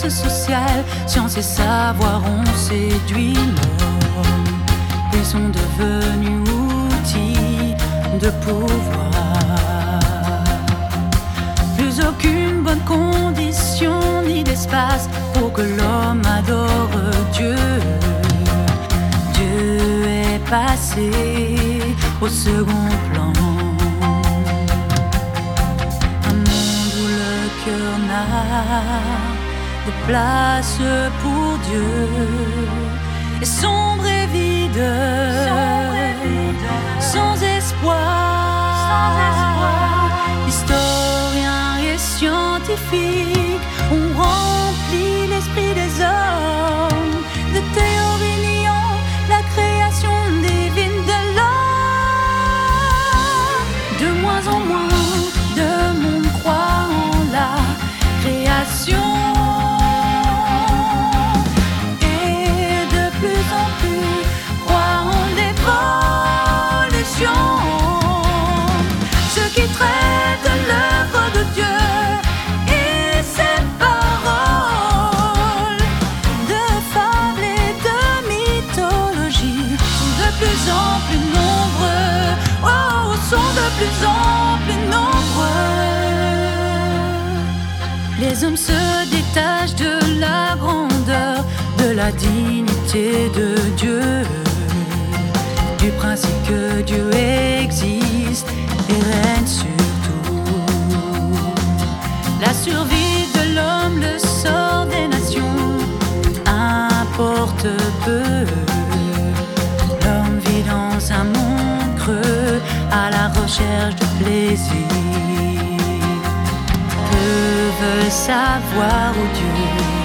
classe sociale, science et savoir ont séduit l'homme. Ils sont devenus outils de pouvoir. Plus aucune bonne condition ni d'espace pour que l'homme adore Dieu. Dieu est passé au second plan. Un monde où le cœur n'a de place pour Dieu est sombre et vide, sans espoir. Historiens et scientifiques ont rempli l'esprit des hommes de théories niant la création divine de l'homme. De moins en moins de monde croit en la création. Ceux qui traitent l'œuvre de Dieu et ses paroles de fables et de mythologie sont de plus en plus nombreux. Oh, sont de plus en plus nombreux. Les hommes se détachent de la grandeur, de la dignité de Dieu, du principe que Dieu existe et règne sur tout. La survie de l'homme, le sort des nations importe peu. L'homme vit dans un monde creux à la recherche de plaisir. Peu veulent savoir où Dieu